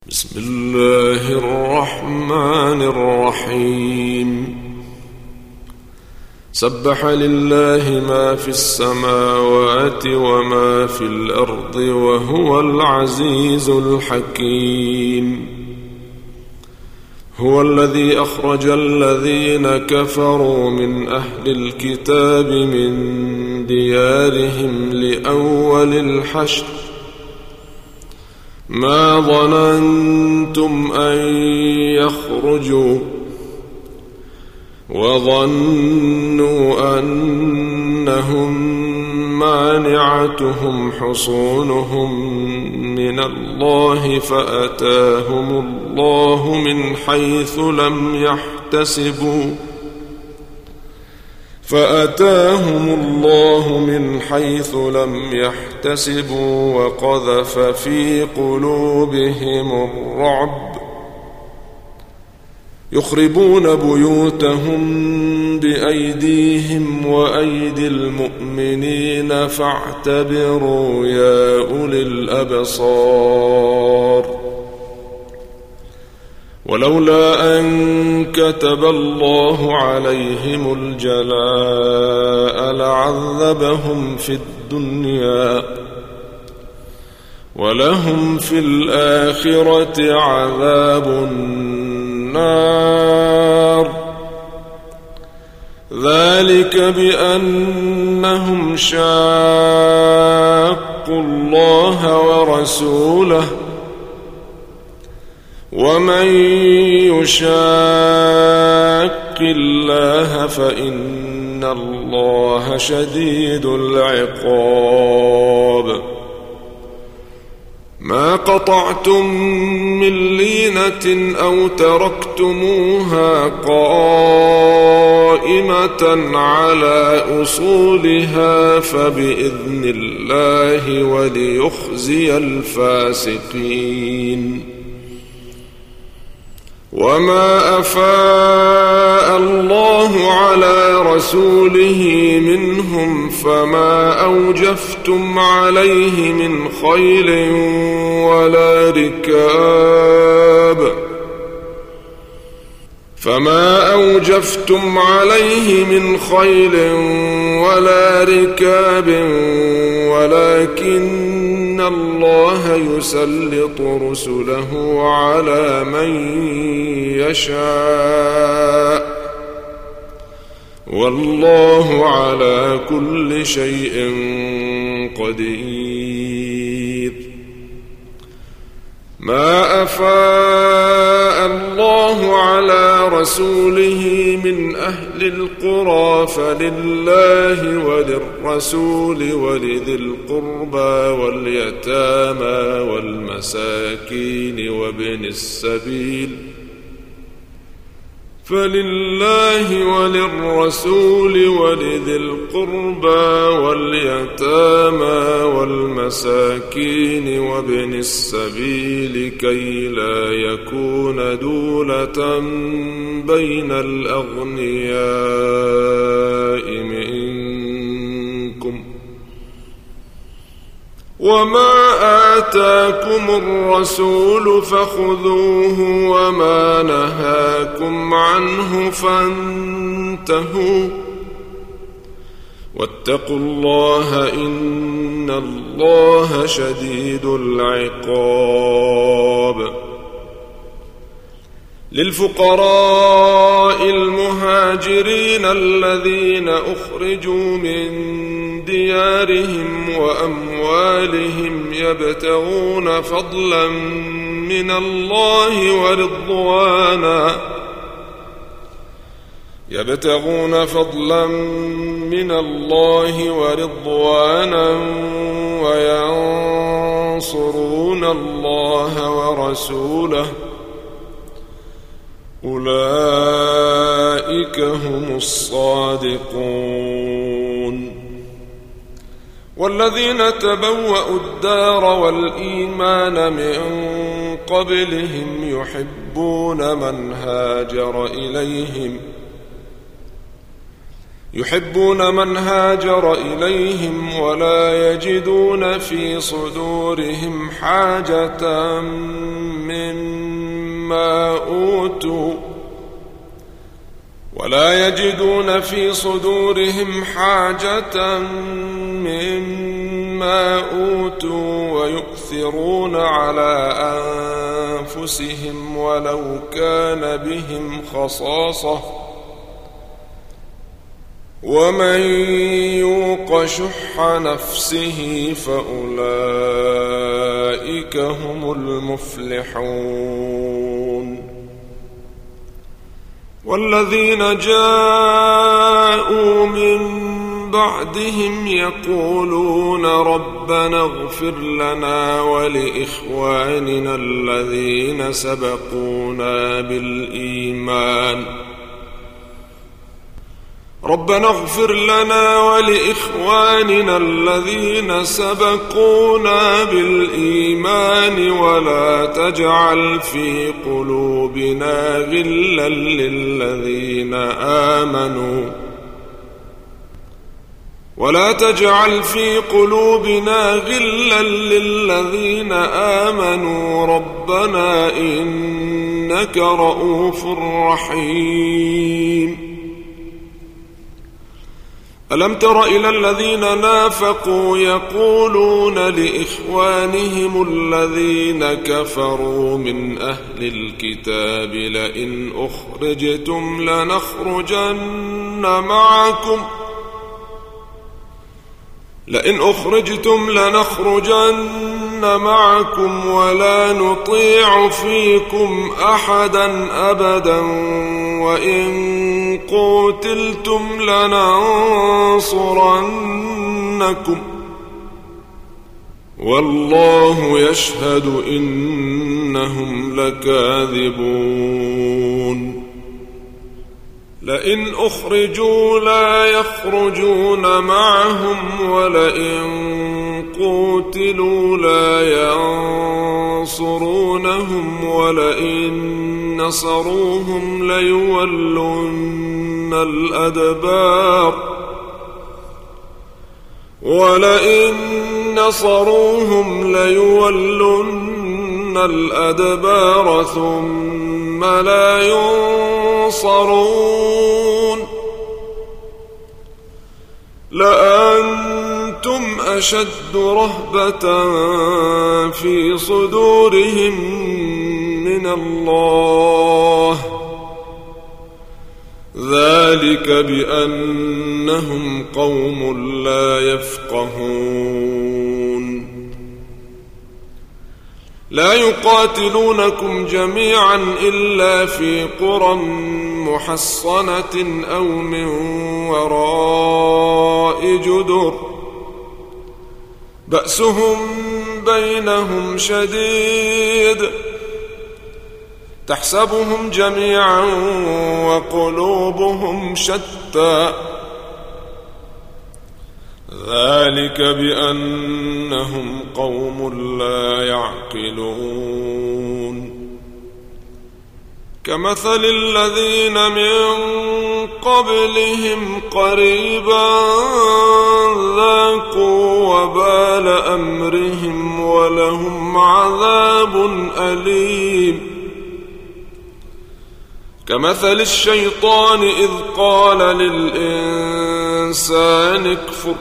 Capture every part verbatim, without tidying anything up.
بسم الله الرحمن الرحيم. سبح لله ما في السماوات وما في الأرض وهو العزيز الحكيم. هو الذي أخرج الذين كفروا من أهل الكتاب من ديارهم لأول الحشر ما ظننتم أن يخرجوا وظنوا أنهم مانعتهم حصونهم من الله فأتاهم الله من حيث لم يحتسبوا فأتاهم الله من حيث لم يحتسبوا وقذف في قلوبهم الرعب يخربون بيوتهم بأيديهم وأيدي المؤمنين فاعتبروا يا أولي الأبصار. ولولا أن كتب الله عليهم الجلاء لعذبهم في الدنيا ولهم في الآخرة عذاب النار. ذلك بأنهم شاقوا الله ورسوله ومن يشاق الله فإن الله شديد العقاب. ما قطعتم من لينة أو تركتموها قائمة على أصولها فبإذن الله وليخزي الفاسقين. وما أفاء الله على رسوله منهم فما أوجفتم عليه من خيل ولا ركاب فما أوجفتم عليه من خيل ولا ركاب ولكن الله يسلط رسله على من يشاء والله على كل شيء قدير. ما أفاء الله على رسوله من أهل القرى فلله وللرسول ولذي القربى واليتامى والمساكين وابن السبيل فلله وللرسول ولذي القربى واليتامى والمساكين وابن السبيل كي لا يكون دولة بين الأغنياء منكم. وما آتاكم الرسول فخذوه وما نهاكم عنه فانتهوا واتقوا الله إن الله شديد العقاب. للفقراء المهاجرين الذين أخرجوا من ديارهم وأموالهم يبتغون فضلا من الله ورضوانا يبتغون فضلا من الله ورضوانا وينصرون الله ورسوله أولئك هم الصادقون. والذين تبوأوا الدار والإيمان من قبلهم يحبون من هاجر إليهم يحبون من هاجر إليهم ولا يجدون في صدورهم حاجة من مما أوتوا ولا يجدون في صدورهم حاجة مما أوتوا ويؤثرون على أنفسهم ولو كان بهم خصاصة ومن يوق شح نفسه فأولئك هم المفلحون والذين جاءوا من بعدهم يقولون ربنا اغفر لنا ولإخواننا الذين سبقونا بالإيمان ربنا اغفر لنا ولإخواننا الذين سبقونا بالإيمان ولا تجعل في قلوبنا غلا للذين آمنوا ولا تجعل في قلوبنا غلا للذين آمنوا ربنا إنك رؤوف رحيم ألم تر إلى الذين نافقوا يقولون لإخوانهم الذين كفروا من أهل الكتاب لئن أخرجتم لنخرجن معكم لئن أخرجتم لنخرجن معكم ولا نطيع فيكم أحدا أبدا وإن قتلتم لننصرنكم والله يشهد إنهم لكاذبون لئن أخرجوا لا يخرجون معهم ولئن قتلوا لا ينصرونهم ولئن نصروهم ليولن الأدبار ولئن نصروهم ليولن الأدبار ثم لا ينصرون لأنتم أشد رهبة في صدورهم من الله ذلك بأنهم قوم لا يفقهون لا يقاتلونكم جميعا إلا في قرى محصنة أو من وراء جدر بأسهم بينهم شديد تحسبهم جميعا وقلوبهم شتى ذلك بأنهم قوم لا يعقلون كمثل الذين من قبلهم قريبا ذاقوا وبال أمرهم ولهم عذاب أليم كمثل الشيطان إذ قال للإنسان اكفر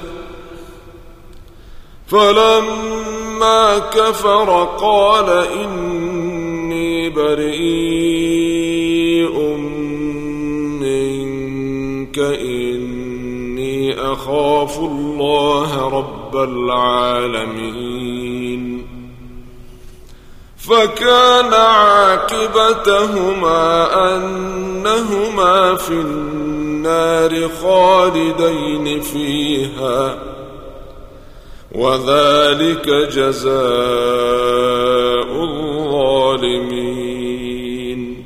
فلما كفر قال إني بريء منك إني أخاف الله رب العالمين فكان عاقبتهما أنهما في النار خالدين فيها وذلك جزاء الظالمين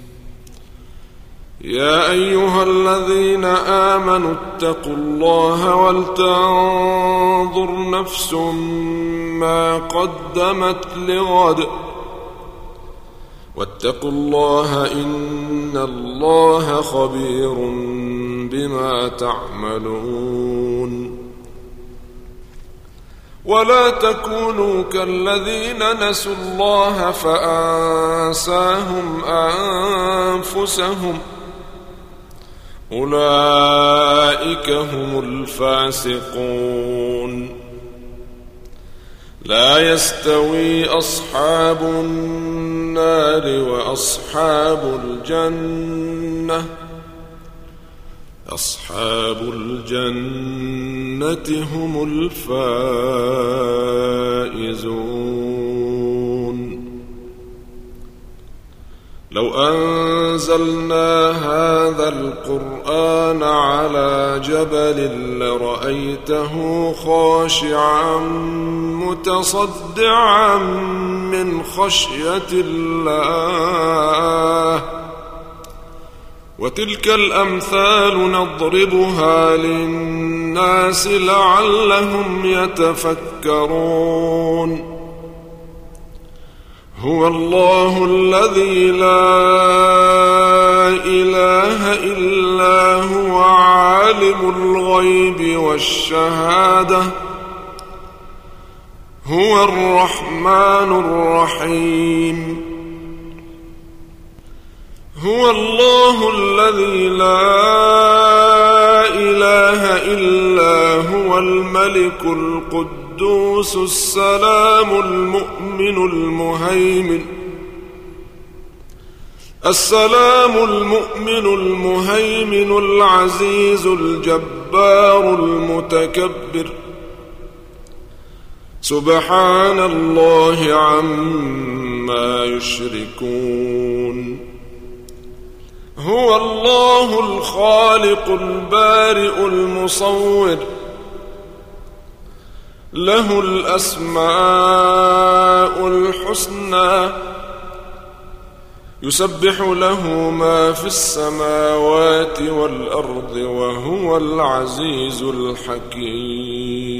يا أيها الذين آمنوا اتقوا الله ولتنظر نفس ما قدمت لغد واتقوا الله إن الله خبير بما تعملون ولا تكونوا كالذين نسوا الله فأنساهم أنفسهم أولئك هم الفاسقون لا يستوي أصحاب النار وأصحاب الجنة أصحاب الجنة هم الفائزون لو أنزلنا هذا القرآن على جبل لرأيته خاشعا متصدعا من خشية الله وتلك الأمثال نضربها للناس لعلهم يتفكرون هو الله الذي لا إله إلا هو عالم الغيب والشهادة هو الرحمن الرحيم هو الله الذي لا إله إلا هو الملك القدوس السلام المؤمن المهيمن السلام المؤمن المهيمن العزيز الجبار المتكبر سبحان الله عما يشركون هو الله الخالق البارئ المصور له الأسماء الحسنى يسبح له ما في السماوات والأرض وهو العزيز الحكيم